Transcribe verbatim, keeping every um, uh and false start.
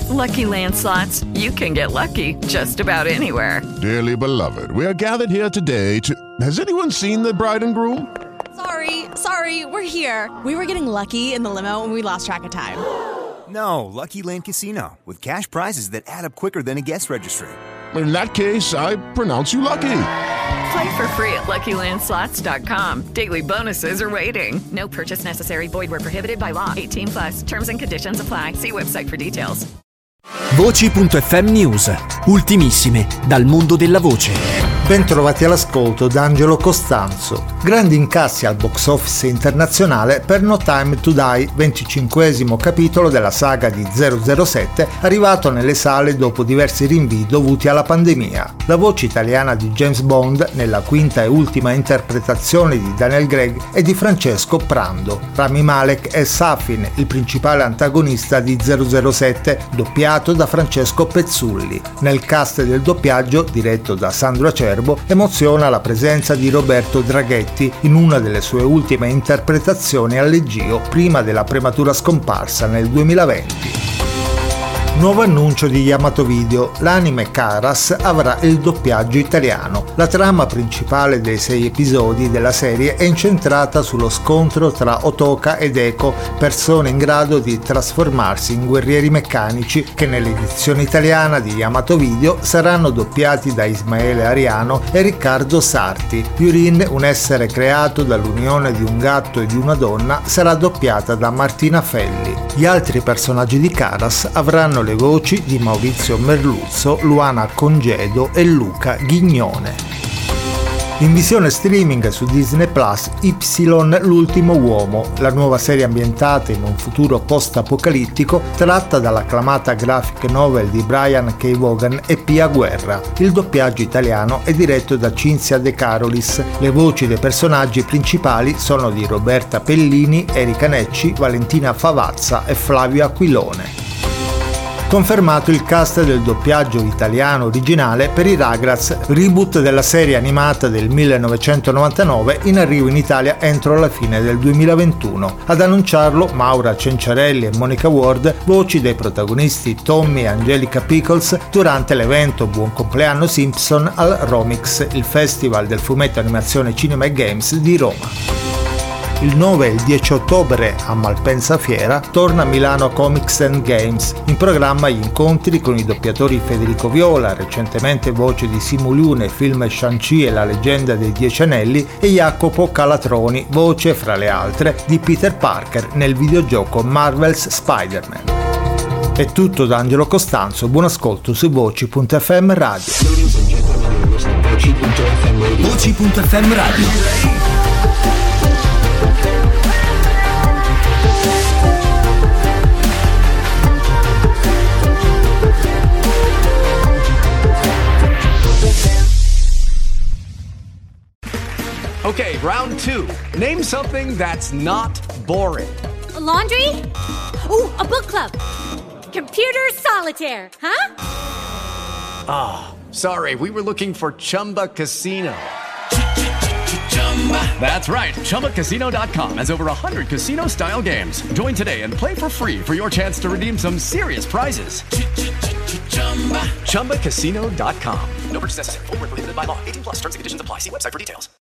Lucky Land Slots, you can get lucky just about anywhere. Dearly beloved, we are gathered here today to... Has anyone seen the bride and groom? Sorry, sorry, we're here. We were getting lucky in the limo and we lost track of time. No, Lucky Land Casino, with cash prizes that add up quicker than a guest registry. In that case, I pronounce you lucky. Play for free at lucky land slots dot com. Daily bonuses are waiting. No purchase necessary. Void where prohibited by law. eighteen plus. Terms and conditions apply. See website for details. Voci punto effe emme News, ultimissime dal mondo della voce. Bentrovati all'ascolto da Angelo Costanzo. Grandi incassi al box office internazionale per No Time to Die, venticinquesimo capitolo della saga di zero zero sette, arrivato nelle sale dopo diversi rinvii dovuti alla pandemia. La voce italiana di James Bond, nella quinta e ultima interpretazione di Daniel Craig, è di Francesco Prando. Rami Malek è Safin, il principale antagonista di zero zero sette, doppiato da Francesco Pezzulli. Nel cast del doppiaggio, diretto da Sandro Acerbo, emoziona la presenza di Roberto Draghetti in una delle sue ultime interpretazioni al leggio prima della prematura scomparsa nel duemilaventi. Nuovo annuncio di Yamato Video, l'anime Karas avrà il doppiaggio italiano. La trama principale dei sei episodi della serie è incentrata sullo scontro tra Otoka ed Eko, persone in grado di trasformarsi in guerrieri meccanici che nell'edizione italiana di Yamato Video saranno doppiati da Ismaele Ariano e Riccardo Sarti. Yurin, un essere creato dall'unione di un gatto e di una donna, sarà doppiata da Martina Felli. Gli altri personaggi di Karas avranno le voci di Maurizio Merluzzo, Luana Congedo e Luca Ghignone. In visione streaming su Disney Plus, Y, l'ultimo uomo, la nuova serie ambientata in un futuro post-apocalittico tratta dall'acclamata graphic novel di Brian K. Vaughan e Pia Guerra. Il doppiaggio italiano è diretto da Cinzia De Carolis. Le voci dei personaggi principali sono di Roberta Pellini, Erika Necci, Valentina Favazza e Flavio Aquilone. Confermato il cast del doppiaggio italiano originale per i Rugrats, reboot della serie animata del millenovecentonovantanove, in arrivo in Italia entro la fine del duemilaventuno. Ad annunciarlo Maura Cenciarelli e Monica Ward, voci dei protagonisti Tommy e Angelica Pickles, durante l'evento Buon compleanno Simpson al Romix, il festival del fumetto animazione cinema e games di Roma. Il nove e il dieci ottobre a Malpensa Fiera torna Milano Comics and Games, in programma gli incontri con i doppiatori Federico Viola, recentemente voce di Simu nei film Shang-Chi e la leggenda dei Dieci Anelli, e Jacopo Calatroni, voce fra le altre di Peter Parker nel videogioco Marvel's Spider-Man. È tutto da Angelo Costanzo, buon ascolto su Voci punto effe emme Radio. Voci punto effe emme Radio. Okay, round two. Name something that's not boring. A laundry? Ooh, a book club. Computer solitaire, huh? Ah, oh, sorry, we were looking for Chumba Casino. That's right, Chumba Casino dot com has over one hundred casino-style games. Join today and play for free for your chance to redeem some serious prizes. Chumba Casino dot com. No purchase necessary. Void where prohibited by law. eighteen plus. Terms and conditions apply. See website for details.